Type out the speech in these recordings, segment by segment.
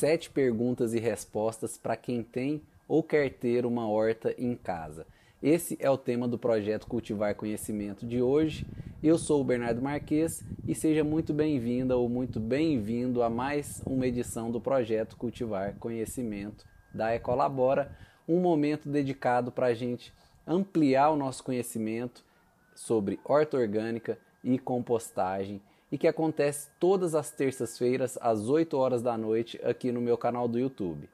7 perguntas e respostas para quem tem ou quer ter uma horta em casa. Esse é o tema do projeto Cultivar Conhecimento de hoje. Eu sou o Bernardo Marques e seja muito bem-vinda ou muito bem-vindo a mais uma edição do projeto Cultivar Conhecimento da Ecolabora, um momento dedicado para a gente ampliar o nosso conhecimento sobre horta orgânica e compostagem e que acontece todas as terças-feiras às 8 horas da noite aqui no meu canal do YouTube.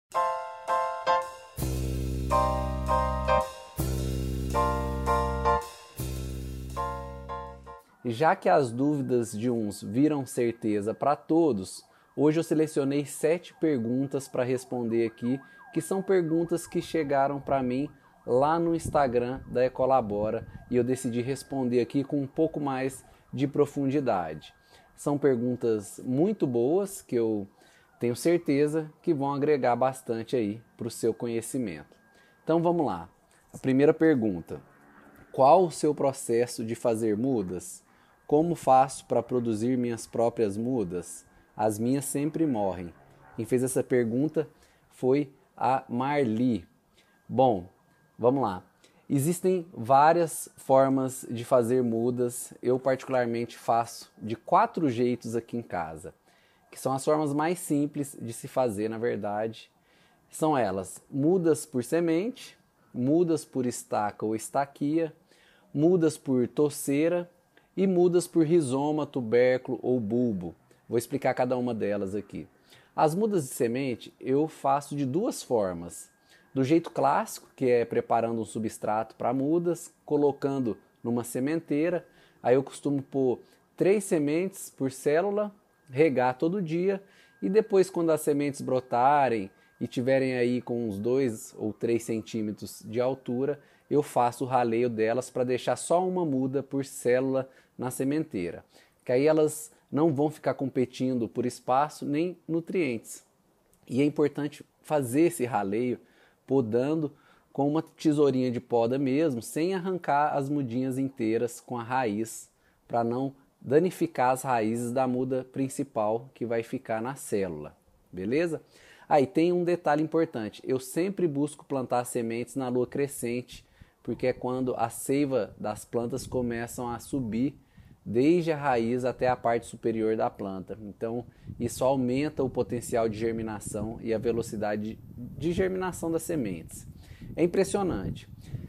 Já que as dúvidas de uns viram certeza para todos, hoje eu selecionei 7 perguntas para responder aqui, que são perguntas que chegaram para mim lá no Instagram da Ecolabora e eu decidi responder aqui com um pouco mais de profundidade. São perguntas muito boas que eu tenho certeza que vão agregar bastante aí para o seu conhecimento. Então vamos lá. A primeira pergunta: qual o seu processo de fazer mudas? Como faço para produzir minhas próprias mudas? As minhas sempre morrem. Quem fez essa pergunta foi a Marli. Bom, vamos lá. Existem várias formas de fazer mudas. Eu particularmente faço de 4 jeitos aqui em casa, que são as formas mais simples de se fazer, na verdade. São elas: mudas por semente, mudas por estaca ou estaquia, mudas por toceira e mudas por rizoma, tubérculo ou bulbo. Vou explicar cada uma delas aqui. As mudas de semente eu faço de 2 formas. Do jeito clássico, que é preparando um substrato para mudas, colocando numa sementeira. Aí eu costumo pôr 3 sementes por célula, regar todo dia e depois, quando as sementes brotarem e tiverem aí com uns 2 ou 3 centímetros de altura, eu faço o raleio delas para deixar só uma muda por célula na sementeira, que aí elas não vão ficar competindo por espaço nem nutrientes. E é importante fazer esse raleio podando com uma tesourinha de poda mesmo, sem arrancar as mudinhas inteiras com a raiz, para não danificar as raízes da muda principal que vai ficar na célula, beleza? Aí tem um detalhe importante: eu sempre busco plantar sementes na lua crescente, porque é quando a seiva das plantas começam a subir desde a raiz até a parte superior da planta. Então isso aumenta o potencial de germinação e a velocidade de germinação das sementes. É impressionante.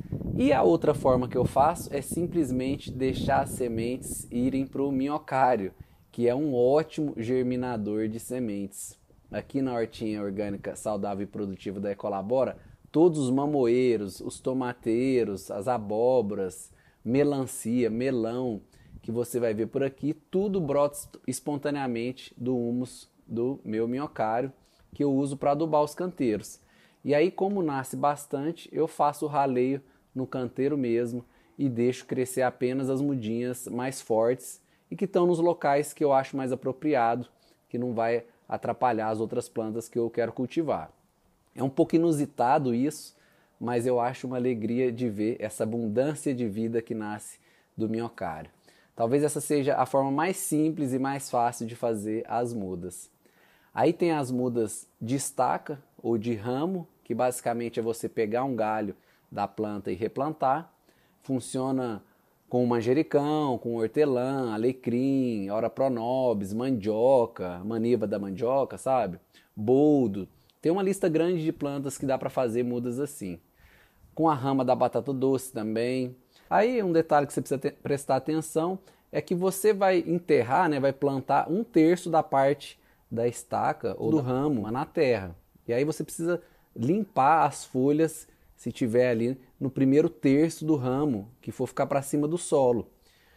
E a outra forma que eu faço é simplesmente deixar as sementes irem para o minhocário, que é um ótimo germinador de sementes. Aqui na hortinha orgânica saudável e produtiva da Ecolabora, todos os mamoeiros, os tomateiros, as abóboras, melancia, melão, que você vai ver por aqui, tudo brota espontaneamente do humus do meu minhocário, que eu uso para adubar os canteiros. E aí, como nasce bastante, eu faço o raleio no canteiro mesmo e deixo crescer apenas as mudinhas mais fortes e que estão nos locais que eu acho mais apropriado, que não vai atrapalhar as outras plantas que eu quero cultivar. É um pouco inusitado isso, mas eu acho uma alegria de ver essa abundância de vida que nasce do minhocário. Talvez essa seja a forma mais simples e mais fácil de fazer as mudas. Aí tem as mudas de estaca ou de ramo, que basicamente é você pegar um galho da planta e replantar. Funciona com manjericão, com hortelã, alecrim, ora pronobis, mandioca, maniva da mandioca, sabe? Boldo. Tem uma lista grande de plantas que dá para fazer mudas assim. Com a rama da batata doce também. Aí um detalhe que você precisa prestar atenção é que você vai enterrar, vai plantar 1/3 da parte da estaca ou do ramo na terra. E aí você precisa limpar as folhas se tiver ali no primeiro terço do ramo, que for ficar para cima do solo.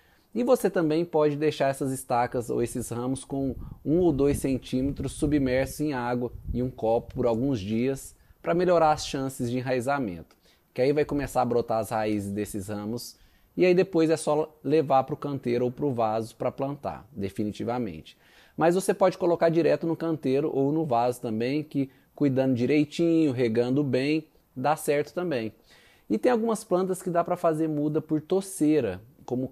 E você também pode deixar essas estacas ou esses ramos com 1 ou 2 centímetros submersos em água em um copo por alguns dias para melhorar as chances de enraizamento. Que aí vai começar a brotar as raízes desses ramos e aí depois é só levar para o canteiro ou para o vaso para plantar, definitivamente. Mas você pode colocar direto no canteiro ou no vaso também, que cuidando direitinho, regando bem, dá certo também. E tem algumas plantas que dá para fazer muda por toceira, como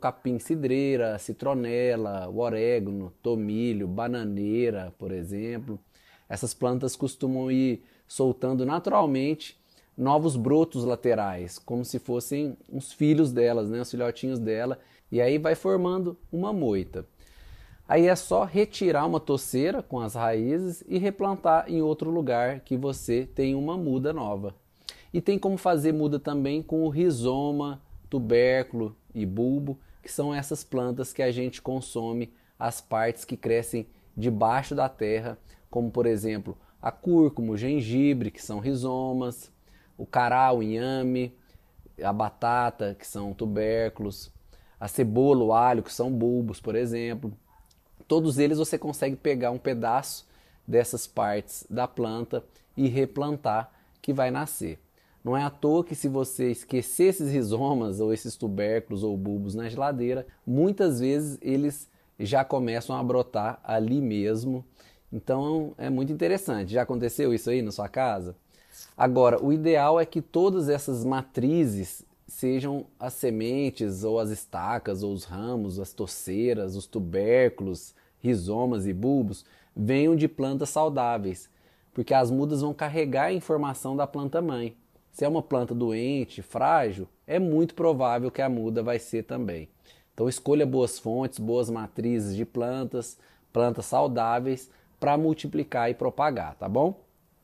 capim-cidreira, citronela, o orégano, tomilho, bananeira, por exemplo. essas plantas costumam ir soltando naturalmente novos brotos laterais, como se fossem os filhos delas, né, os filhotinhos dela, e aí vai formando uma moita. Aí é só retirar uma toceira com as raízes e replantar em outro lugar que você tem uma muda nova. E tem como fazer muda também com o rizoma, tubérculo e bulbo, que são essas plantas que a gente consome as partes que crescem debaixo da terra, como por exemplo a cúrcuma, o gengibre, que são rizomas, o cará, o inhame, a batata, que são tubérculos, a cebola, o alho, que são bulbos, por exemplo. Todos eles você consegue pegar um pedaço dessas partes da planta e replantar, que vai nascer. Não é à toa que se você esquecer esses rizomas ou esses tubérculos ou bulbos na geladeira, muitas vezes eles já começam a brotar ali mesmo. Então é muito interessante. Já aconteceu isso aí na sua casa? Agora, o ideal é que todas essas matrizes sejam as sementes ou as estacas ou os ramos, as toceiras, os tubérculos, rizomas e bulbos venham de plantas saudáveis, porque as mudas vão carregar a informação da planta mãe. Se é uma planta doente, frágil, é muito provável que a muda vai ser também. Então escolha boas fontes, boas matrizes de plantas, plantas saudáveis para multiplicar e propagar, tá bom?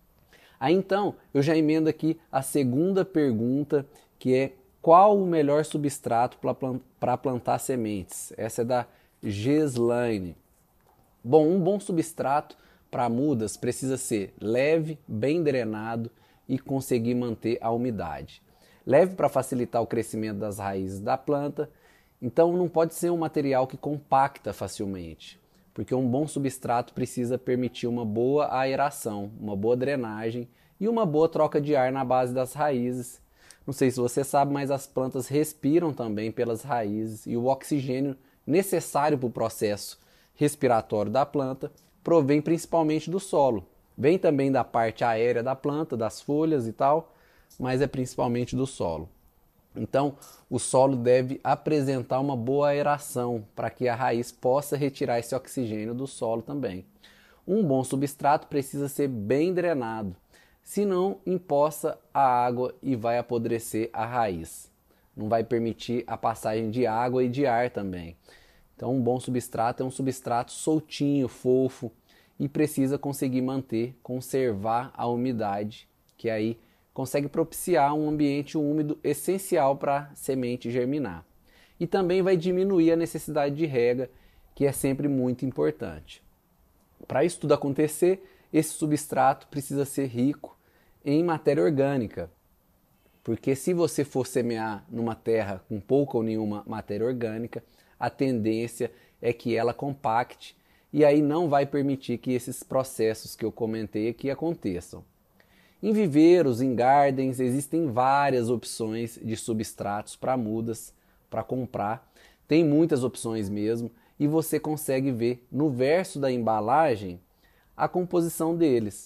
Aí então eu já emendo aqui a segunda pergunta, que é qual o melhor substrato para plantar sementes? Essa é da Geslaine. Bom, um bom substrato para mudas precisa ser leve, bem drenado e conseguir manter a umidade. Leve para facilitar o crescimento das raízes da planta, então não pode ser um material que compacta facilmente, porque um bom substrato precisa permitir uma boa aeração, uma boa drenagem e uma boa troca de ar na base das raízes. Não sei se você sabe, mas as plantas respiram também pelas raízes e o oxigênio necessário para o processo respiratório da planta provém principalmente do solo. Vem também da parte aérea da planta, das folhas e tal, mas é principalmente do solo. Então, o solo deve apresentar uma boa aeração para que a raiz possa retirar esse oxigênio do solo também. Um bom substrato precisa ser bem drenado, senão empoça a água e vai apodrecer a raiz. Não vai permitir a passagem de água e de ar também. Então, um bom substrato é um substrato soltinho, fofo, e precisa conseguir manter, conservar a umidade, que aí consegue propiciar um ambiente úmido essencial para a semente germinar. E também vai diminuir a necessidade de rega, que é sempre muito importante. Para isso tudo acontecer, esse substrato precisa ser rico em matéria orgânica, porque se você for semear numa terra com pouca ou nenhuma matéria orgânica, a tendência é que ela compacte e aí não vai permitir que esses processos que eu comentei aqui aconteçam. Em viveiros, em gardens, existem várias opções de substratos para mudas, para comprar. Tem muitas opções mesmo e você consegue ver no verso da embalagem a composição deles.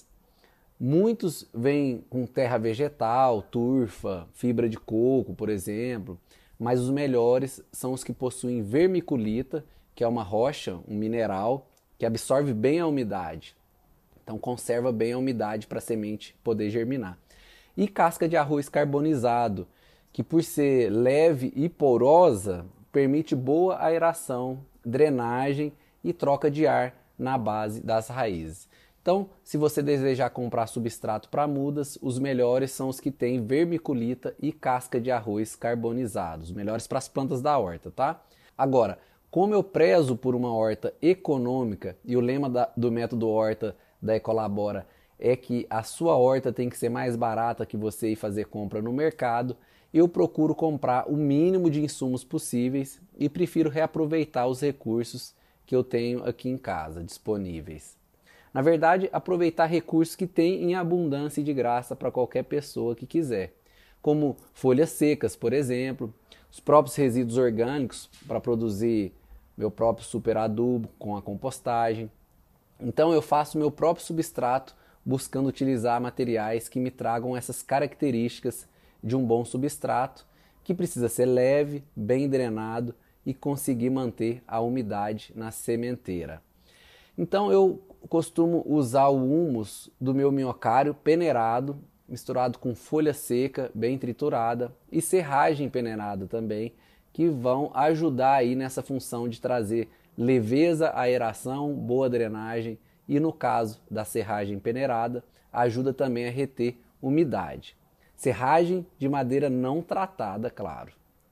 Muitos vêm com terra vegetal, turfa, fibra de coco, por exemplo, mas os melhores são os que possuem vermiculita, que é uma rocha, um mineral, que absorve bem a umidade. Então conserva bem a umidade para a semente poder germinar. E casca de arroz carbonizado, que por ser leve e porosa, permite boa aeração, drenagem e troca de ar na base das raízes. Então, se você desejar comprar substrato para mudas, os melhores são os que têm vermiculita e casca de arroz carbonizado, os melhores para as plantas da horta, tá? Agora, como eu prezo por uma horta econômica e o lema do método horta da Ecolabora é que a sua horta tem que ser mais barata que você ir fazer compra no mercado, eu procuro comprar o mínimo de insumos possíveis e prefiro reaproveitar os recursos que eu tenho aqui em casa disponíveis. Na verdade, aproveitar recursos que tem em abundância e de graça para qualquer pessoa que quiser, como folhas secas, por exemplo, os próprios resíduos orgânicos para produzir meu próprio super adubo com a compostagem. Então eu faço meu próprio substrato buscando utilizar materiais que me tragam essas características de um bom substrato, que precisa ser leve, bem drenado e conseguir manter a umidade na sementeira. Então eu costumo usar o humus do meu minhocário peneirado, misturado com folha seca, bem triturada, e serragem peneirada também, que vão ajudar aí nessa função de trazer leveza, aeração, boa drenagem e, no caso da serragem peneirada, ajuda também a reter umidade. Serragem de madeira não tratada, claro.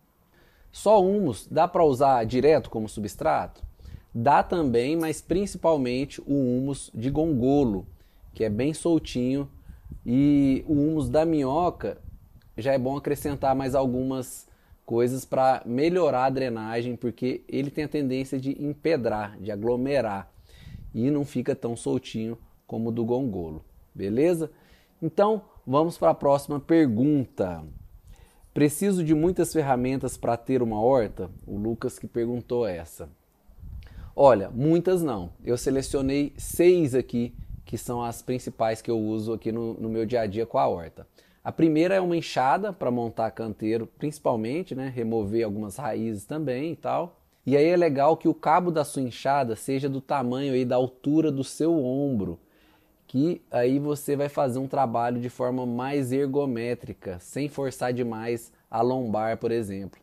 Só humus dá para usar direto como substrato? Dá também, mas principalmente o humus de gongolo, que é bem soltinho, e o humus da minhoca já é bom acrescentar mais algumas coisas para melhorar a drenagem, porque ele tem a tendência de empedrar, de aglomerar, e não fica tão soltinho como o do gongolo, beleza? Então, vamos para a próxima pergunta. Preciso de muitas ferramentas para ter uma horta? O Lucas que perguntou essa. Olha, muitas não. Eu selecionei 6 aqui, que são as principais que eu uso aqui no meu dia a dia com a horta. A primeira é uma enxada para montar canteiro, principalmente, né? Remover algumas raízes também e tal. E aí é legal que o cabo da sua enxada seja do tamanho aí, da altura do seu ombro, que aí você vai fazer um trabalho de forma mais ergométrica, sem forçar demais a lombar, por exemplo.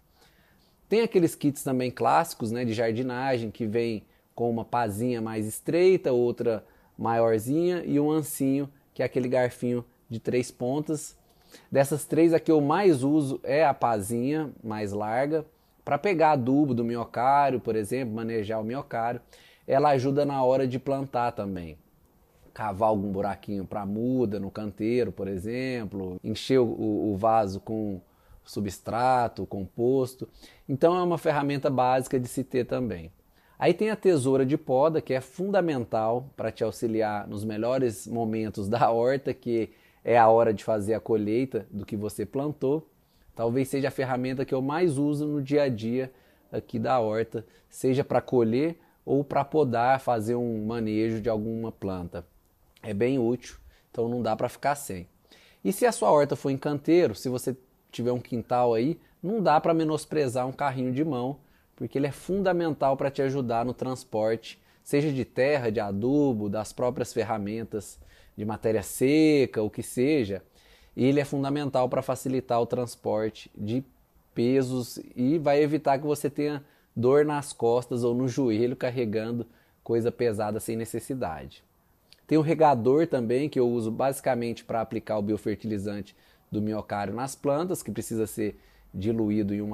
Tem aqueles kits também clássicos, né, de jardinagem, que vem com uma pazinha mais estreita, outra maiorzinha e um ancinho, que é aquele garfinho de 3 pontas. Dessas 3, a que eu mais uso é a pazinha mais larga, para pegar adubo do minhocário, por exemplo, manejar o minhocário. Ela ajuda na hora de plantar também. Cavar algum buraquinho para muda no canteiro, por exemplo, encher o vaso com substrato, composto. Então é uma ferramenta básica de se ter também. Aí tem a tesoura de poda, que é fundamental para te auxiliar nos melhores momentos da horta, que é a hora de fazer a colheita do que você plantou. Talvez seja a ferramenta que eu mais uso no dia a dia aqui da horta, seja para colher ou para podar, fazer um manejo de alguma planta. É bem útil, então não dá para ficar sem. E se a sua horta for em canteiro, se você tiver um quintal aí, não dá para menosprezar um carrinho de mão, porque ele é fundamental para te ajudar no transporte, seja de terra, de adubo, das próprias ferramentas, de matéria seca, o que seja. Ele é fundamental para facilitar o transporte de pesos e vai evitar que você tenha dor nas costas ou no joelho carregando coisa pesada sem necessidade. Tem o regador também, que eu uso basicamente para aplicar o biofertilizante do minhocário nas plantas, que precisa ser diluído em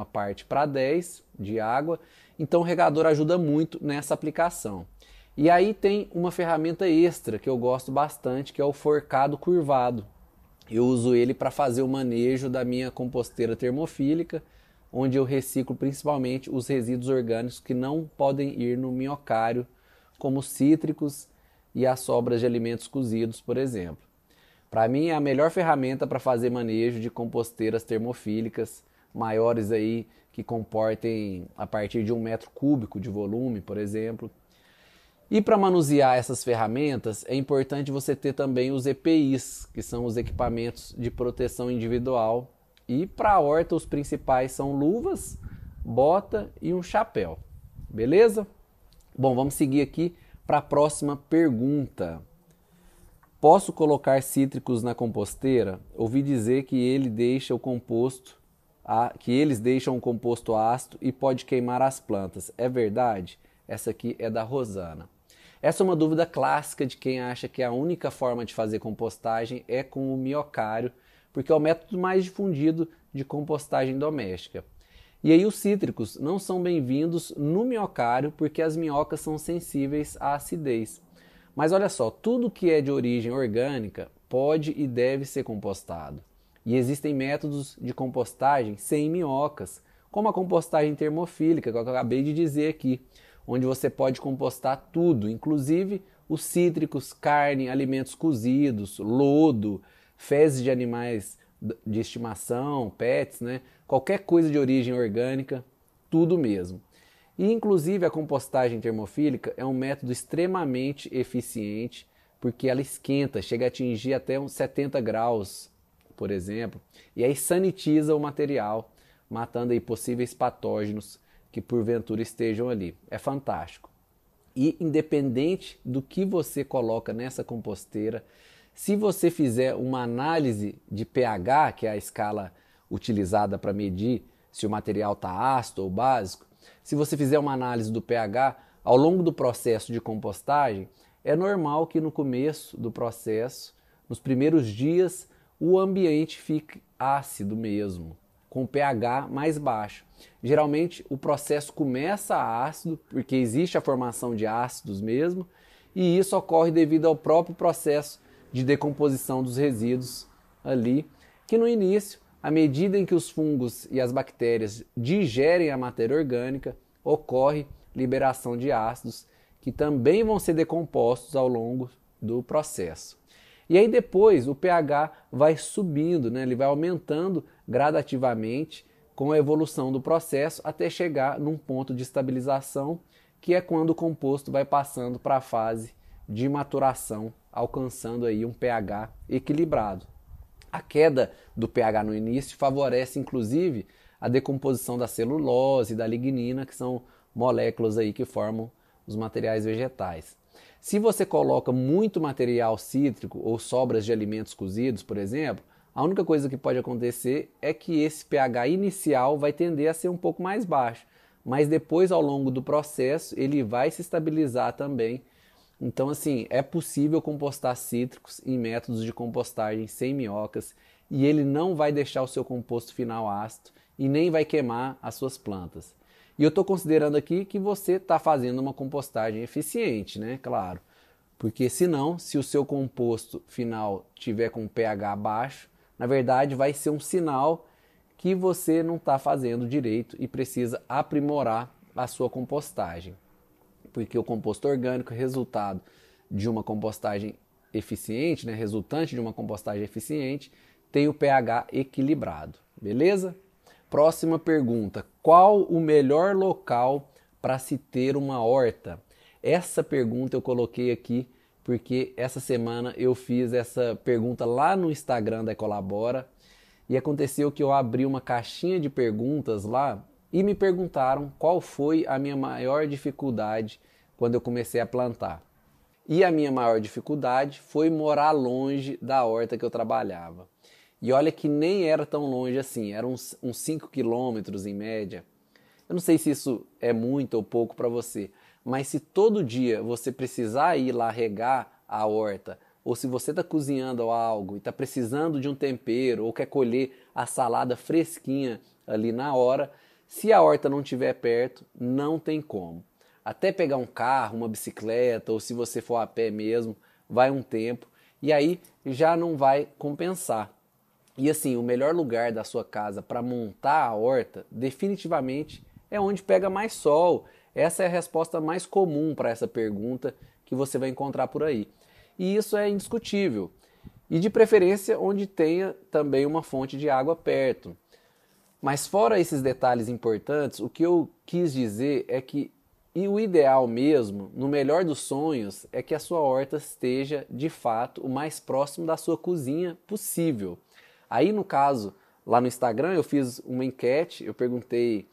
1:10 de água. Então o regador ajuda muito nessa aplicação. E aí tem uma ferramenta extra que eu gosto bastante, que é o forcado curvado. Eu uso ele para fazer o manejo da minha composteira termofílica, onde eu reciclo principalmente os resíduos orgânicos que não podem ir no minhocário, como cítricos e as sobras de alimentos cozidos, por exemplo. Para mim é a melhor ferramenta para fazer manejo de composteiras termofílicas maiores aí, que comportem a partir de 1 m³ de volume, por exemplo. E para manusear essas ferramentas é importante você ter também os EPIs, que são os equipamentos de proteção individual. E para a horta os principais são luvas, bota e um chapéu. Beleza? Bom, vamos seguir aqui para a próxima pergunta. Posso colocar cítricos na composteira? Ouvi dizer que eles deixam o composto ácido e pode queimar as plantas. É verdade? Essa aqui é da Rosana. Essa é uma dúvida clássica de quem acha que a única forma de fazer compostagem é com o minhocário, porque é o método mais difundido de compostagem doméstica. E aí os cítricos não são bem-vindos no minhocário porque as minhocas são sensíveis à acidez. Mas olha só, tudo que é de origem orgânica pode e deve ser compostado. E existem métodos de compostagem sem minhocas, como a compostagem termofílica, que eu acabei de dizer aqui, onde você pode compostar tudo, inclusive os cítricos, carne, alimentos cozidos, lodo, fezes de animais de estimação, pets, né? Qualquer coisa de origem orgânica, tudo mesmo. E inclusive a compostagem termofílica é um método extremamente eficiente, porque ela esquenta, chega a atingir até uns 70 graus, por exemplo, e aí sanitiza o material, matando aí possíveis patógenos que porventura estejam ali. É fantástico. E independente do que você coloca nessa composteira, se você fizer uma análise de pH, que é a escala utilizada para medir se o material está ácido ou básico, se você fizer uma análise do pH ao longo do processo de compostagem, é normal que no começo do processo, nos primeiros dias, o ambiente fique ácido mesmo, com pH mais baixo. Geralmente o processo começa ácido, porque existe a formação de ácidos mesmo, e isso ocorre devido ao próprio processo de decomposição dos resíduos ali, que no início, à medida em que os fungos e as bactérias digerem a matéria orgânica, ocorre liberação de ácidos, que também vão ser decompostos ao longo do processo. E aí depois o pH vai subindo, né? Ele vai aumentando gradativamente com a evolução do processo até chegar num ponto de estabilização, que é quando o composto vai passando para a fase de maturação, alcançando aí um pH equilibrado. A queda do pH no início favorece inclusive a decomposição da celulose e da lignina, que são moléculas aí que formam os materiais vegetais. Se você coloca muito material cítrico ou sobras de alimentos cozidos, por exemplo, a única coisa que pode acontecer é que esse pH inicial vai tender a ser um pouco mais baixo, mas depois, ao longo do processo, ele vai se estabilizar também. Então, assim, é possível compostar cítricos em métodos de compostagem sem minhocas e ele não vai deixar o seu composto final ácido e nem vai queimar as suas plantas. E eu estou considerando aqui que você está fazendo uma compostagem eficiente, né? Claro, porque senão, se o seu composto final tiver com pH baixo, na verdade vai ser um sinal que você não está fazendo direito e precisa aprimorar a sua compostagem. Porque o composto orgânico é resultado de uma compostagem eficiente, né? Resultante de uma compostagem eficiente, tem o pH equilibrado, beleza? Próxima pergunta: qual o melhor local para se ter uma horta? Essa pergunta eu coloquei aqui porque essa semana eu fiz essa pergunta lá no Instagram da Ecolabora e aconteceu que eu abri uma caixinha de perguntas lá e me perguntaram qual foi a minha maior dificuldade quando eu comecei a plantar. E a minha maior dificuldade foi morar longe da horta que eu trabalhava. E olha que nem era tão longe assim, eram uns 5 quilômetros em média. Eu não sei se isso é muito ou pouco para você, mas se todo dia você precisar ir lá regar a horta, ou se você está cozinhando algo e está precisando de um tempero, ou quer colher a salada fresquinha ali na hora, se a horta não estiver perto, não tem como. Até pegar um carro, uma bicicleta, ou se você for a pé mesmo, vai um tempo, e aí já não vai compensar. E assim, o melhor lugar da sua casa para montar a horta, definitivamente, é onde pega mais sol. Essa é a resposta mais comum para essa pergunta que você vai encontrar por aí. E isso é indiscutível. E de preferência onde tenha também uma fonte de água perto. Mas fora esses detalhes importantes, o que eu quis dizer é que o ideal mesmo, no melhor dos sonhos, é que a sua horta esteja de fato o mais próximo da sua cozinha possível. Aí no caso, lá no Instagram eu fiz uma enquete, eu perguntei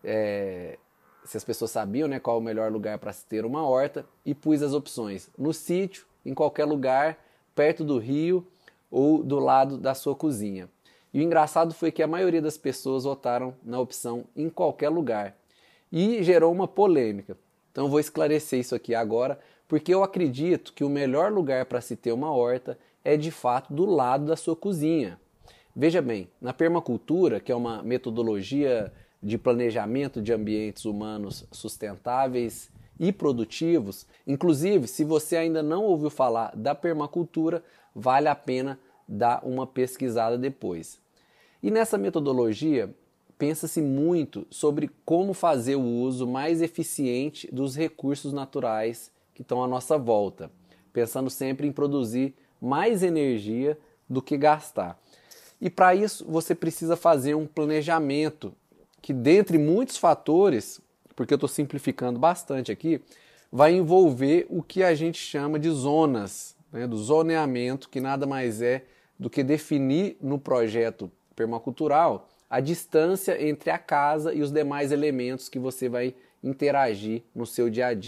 se as pessoas sabiam, né, qual é o melhor lugar para se ter uma horta e pus as opções: no sítio, em qualquer lugar, perto do rio ou do lado da sua cozinha. E o engraçado foi que a maioria das pessoas votaram na opção em qualquer lugar e gerou uma polêmica. Então eu vou esclarecer isso aqui agora, porque eu acredito que o melhor lugar para se ter uma horta é de fato do lado da sua cozinha. Veja bem, na permacultura, que é uma metodologia de planejamento de ambientes humanos sustentáveis e produtivos, inclusive, se você ainda não ouviu falar da permacultura, vale a pena dar uma pesquisada depois. E nessa metodologia, pensa-se muito sobre como fazer o uso mais eficiente dos recursos naturais que estão à nossa volta, pensando sempre em produzir mais energia do que gastar. E para isso você precisa fazer um planejamento que, dentre muitos fatores, porque eu estou simplificando bastante aqui, vai envolver o que a gente chama de zonas, né, do zoneamento, que nada mais é do que definir no projeto permacultural a distância entre a casa e os demais elementos que você vai interagir no seu dia a dia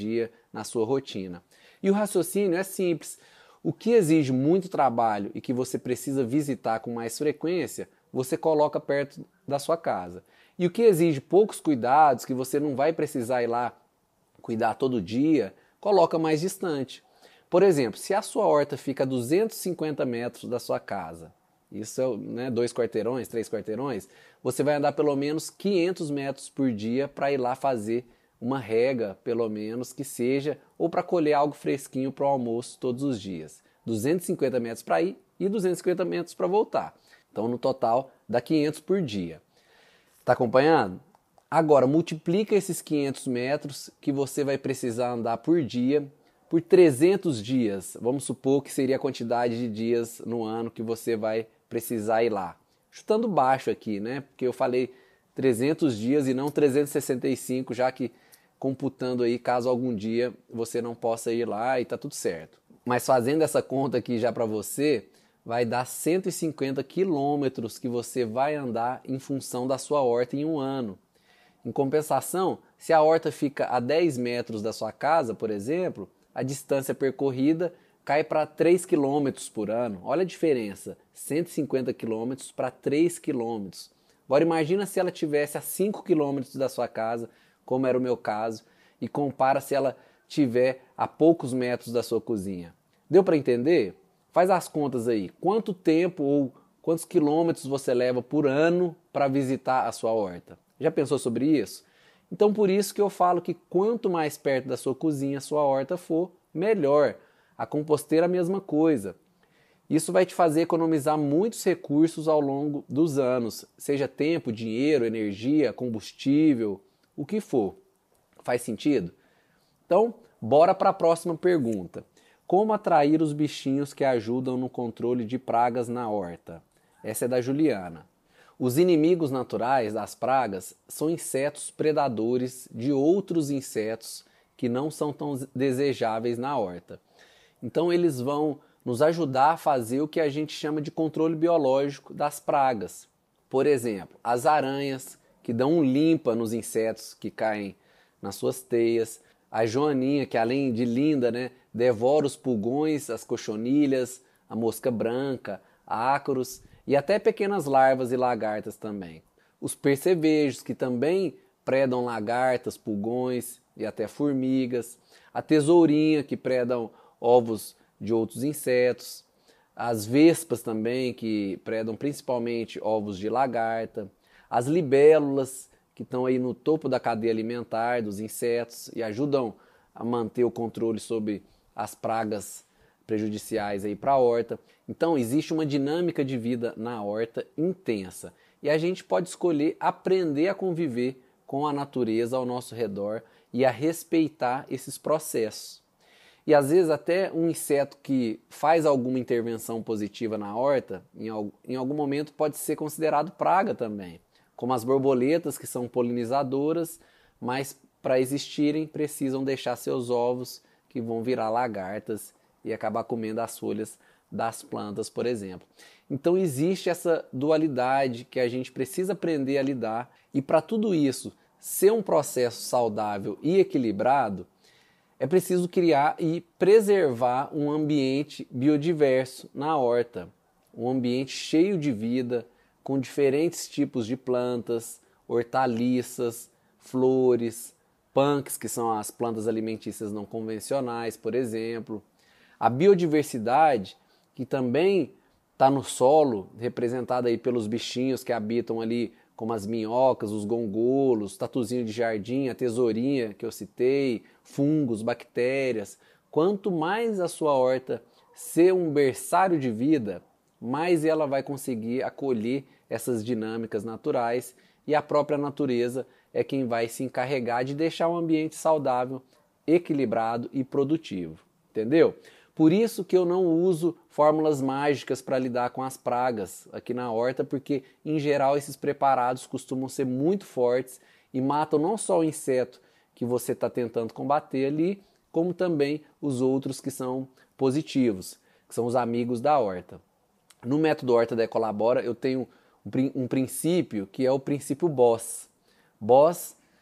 na sua rotina. E o raciocínio é simples. O que exige muito trabalho e que você precisa visitar com mais frequência, você coloca perto da sua casa. E o que exige poucos cuidados, que você não vai precisar ir lá cuidar todo dia, coloca mais distante. Por exemplo, se a sua horta fica a 250 metros da sua casa, isso é, né, 2 quarteirões, 3 quarteirões, você vai andar pelo menos 500 metros por dia para ir lá fazer uma rega, pelo menos, que seja, ou para colher algo fresquinho para o almoço todos os dias. 250 metros para ir e 250 metros para voltar. Então, no total, dá 500 por dia. Está acompanhando? Agora, multiplica esses 500 metros que você vai precisar andar por dia por 300 dias. Vamos supor que seria a quantidade de dias no ano que você vai precisar ir lá. Chutando baixo aqui, né? Porque eu falei 300 dias e não 365, já que computando aí caso algum dia você não possa ir lá e tá tudo certo. Mas fazendo essa conta aqui já para você, vai dar 150 quilômetros que você vai andar em função da sua horta em um ano. Em compensação, se a horta fica a 10 metros da sua casa, por exemplo, a distância percorrida cai para 3 quilômetros por ano. Olha a diferença, 150 quilômetros para 3 quilômetros. Agora imagina se ela tivesse a 5 quilômetros da sua casa, como era o meu caso, e compara se ela tiver a poucos metros da sua cozinha. Deu para entender? Faz as contas aí. Quanto tempo ou quantos quilômetros você leva por ano para visitar a sua horta? Já pensou sobre isso? Então por isso que eu falo que quanto mais perto da sua cozinha a sua horta for, melhor. A composteira a mesma coisa. Isso vai te fazer economizar muitos recursos ao longo dos anos, seja tempo, dinheiro, energia, combustível, o que for. Faz sentido? Então, bora para a próxima pergunta. Como atrair os bichinhos que ajudam no controle de pragas na horta? Essa é da Juliana. Os inimigos naturais das pragas são insetos predadores de outros insetos que não são tão desejáveis na horta. Então eles vão nos ajudar a fazer o que a gente chama de controle biológico das pragas. Por exemplo, as aranhas, que dão um limpa nos insetos que caem nas suas teias. A joaninha, que além de linda, né, devora os pulgões, as cochonilhas, a mosca branca, ácaros e até pequenas larvas e lagartas também. Os percevejos, que também predam lagartas, pulgões e até formigas. A tesourinha, que predam ovos de outros insetos. As vespas também, que predam principalmente ovos de lagarta. As libélulas, que estão aí no topo da cadeia alimentar dos insetos e ajudam a manter o controle sobre as pragas prejudiciais aí para a horta. Então existe uma dinâmica de vida na horta intensa e a gente pode escolher aprender a conviver com a natureza ao nosso redor e a respeitar esses processos. E às vezes até um inseto que faz alguma intervenção positiva na horta, em algum momento pode ser considerado praga também, como as borboletas, que são polinizadoras, mas para existirem precisam deixar seus ovos, que vão virar lagartas e acabar comendo as folhas das plantas, por exemplo. Então existe essa dualidade que a gente precisa aprender a lidar, e para tudo isso ser um processo saudável e equilibrado, é preciso criar e preservar um ambiente biodiverso na horta, um ambiente cheio de vida, com diferentes tipos de plantas, hortaliças, flores, punks, que são as plantas alimentícias não convencionais, por exemplo. A biodiversidade, que também está no solo, representada aí pelos bichinhos que habitam ali, como as minhocas, os gongolos, tatuzinho de jardim, a tesourinha que eu citei, fungos, bactérias. Quanto mais a sua horta ser um berçário de vida, mais ela vai conseguir acolher essas dinâmicas naturais, e a própria natureza é quem vai se encarregar de deixar um ambiente saudável, equilibrado e produtivo. Entendeu? Por isso que eu não uso fórmulas mágicas para lidar com as pragas aqui na horta, porque em geral esses preparados costumam ser muito fortes e matam não só o inseto que você está tentando combater ali, como também os outros que são positivos, que são os amigos da horta. No método Horta da Ecolabora eu tenho um princípio que é o princípio BOSS. BOSS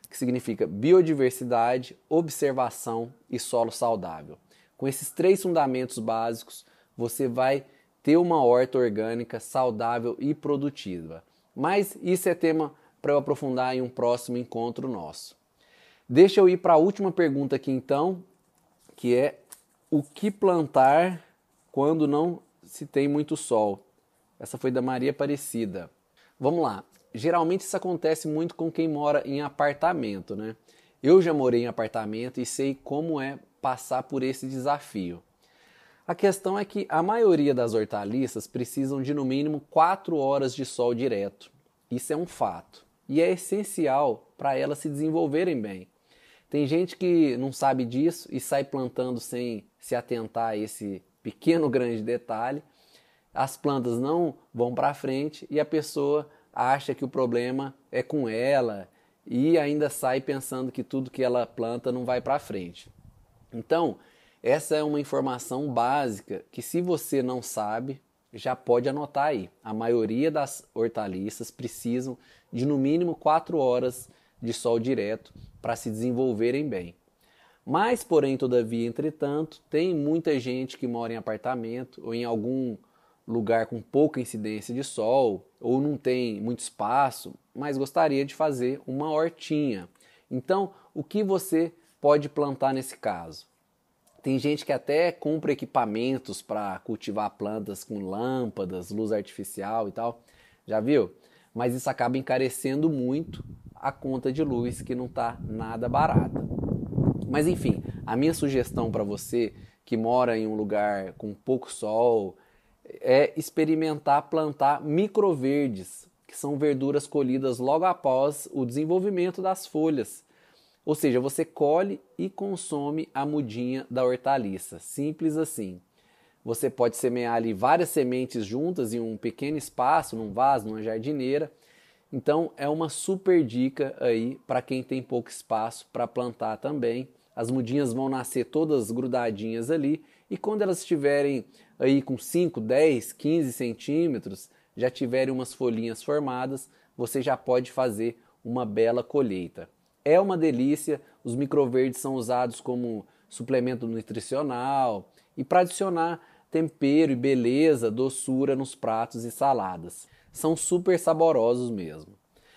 que significa biodiversidade, observação e solo saudável. Com esses 3 fundamentos básicos, você vai ter uma horta orgânica saudável e produtiva. Mas isso é tema para eu aprofundar em um próximo encontro nosso. Deixa eu ir para a última pergunta aqui então, que é o que plantar quando não se tem muito sol? Essa foi da Maria Aparecida. Vamos lá. Geralmente isso acontece muito com quem mora em apartamento, né? Eu já morei em apartamento e sei como é passar por esse desafio. A questão é que a maioria das hortaliças precisam de no mínimo 4 horas de sol direto. Isso é um fato. E é essencial para elas se desenvolverem bem. Tem gente que não sabe disso e sai plantando sem se atentar a esse pequeno grande detalhe. As plantas não vão para frente e a pessoa acha que o problema é com ela e ainda sai pensando que tudo que ela planta não vai para frente. Então, essa é uma informação básica que, se você não sabe, já pode anotar aí. A maioria das hortaliças precisam de no mínimo 4 horas de sol direto para se desenvolverem bem. Mas, porém, todavia, entretanto, tem muita gente que mora em apartamento ou em algum lugar com pouca incidência de sol, ou não tem muito espaço, mas gostaria de fazer uma hortinha. Então, o que você pode plantar nesse caso? Tem gente que até compra equipamentos para cultivar plantas com lâmpadas, luz artificial e tal. Já viu? Mas isso acaba encarecendo muito a conta de luz, que não está nada barata. Mas enfim, a minha sugestão para você que mora em um lugar com pouco sol é experimentar plantar microverdes, que são verduras colhidas logo após o desenvolvimento das folhas. Ou seja, você colhe e consome a mudinha da hortaliça. Simples assim. Você pode semear ali várias sementes juntas em um pequeno espaço, num vaso, numa jardineira. Então é uma super dica aí para quem tem pouco espaço para plantar também. As mudinhas vão nascer todas grudadinhas ali e quando elas estiverem aí com 5, 10, 15 centímetros, já tiverem umas folhinhas formadas, você já pode fazer uma bela colheita. É uma delícia, os microverdes são usados como suplemento nutricional e para adicionar tempero e beleza, doçura nos pratos e saladas. São super saborosos mesmo.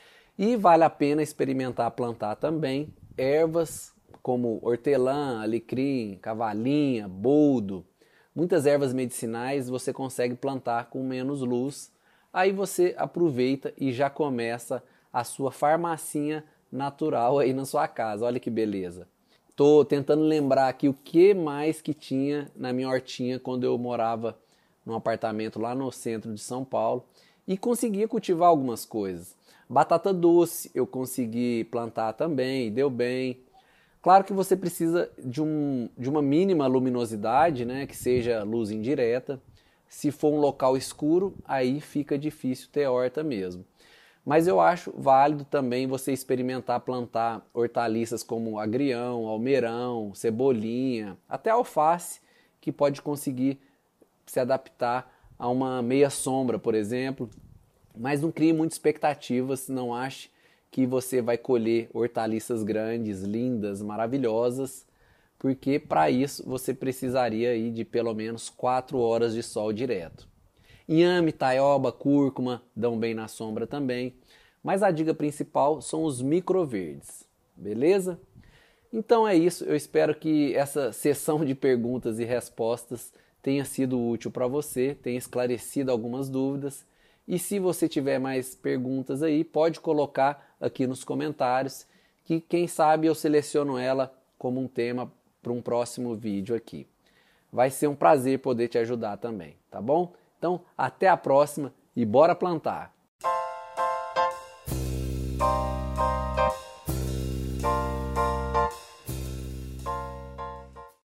E vale a pena experimentar plantar também ervas como hortelã, alecrim, cavalinha, boldo. Muitas ervas medicinais você consegue plantar com menos luz. Aí você aproveita e já começa a sua farmacinha natural aí na sua casa. Olha que beleza. Tô tentando lembrar aqui o que mais que tinha na minha hortinha quando eu morava num apartamento lá no centro de São Paulo e conseguia cultivar algumas coisas. Batata doce eu consegui plantar também, deu bem. Claro que você precisa de uma mínima luminosidade, né, que seja luz indireta. Se for um local escuro, aí fica difícil ter horta mesmo. Mas eu acho válido também você experimentar plantar hortaliças como agrião, almeirão, cebolinha, até alface, que pode conseguir se adaptar a uma meia sombra, por exemplo. Mas não crie muitas expectativas, não ache que você vai colher hortaliças grandes, lindas, maravilhosas, porque para isso você precisaria aí de pelo menos 4 horas de sol direto. Inhame, taioba, cúrcuma dão bem na sombra também, mas a dica principal são os microverdes, beleza? Então é isso, eu espero que essa sessão de perguntas e respostas tenha sido útil para você, tenha esclarecido algumas dúvidas. E se você tiver mais perguntas aí, pode colocar aqui nos comentários, que quem sabe eu seleciono ela como um tema para um próximo vídeo aqui. Vai ser um prazer poder te ajudar também, tá bom? Então, até a próxima e bora plantar!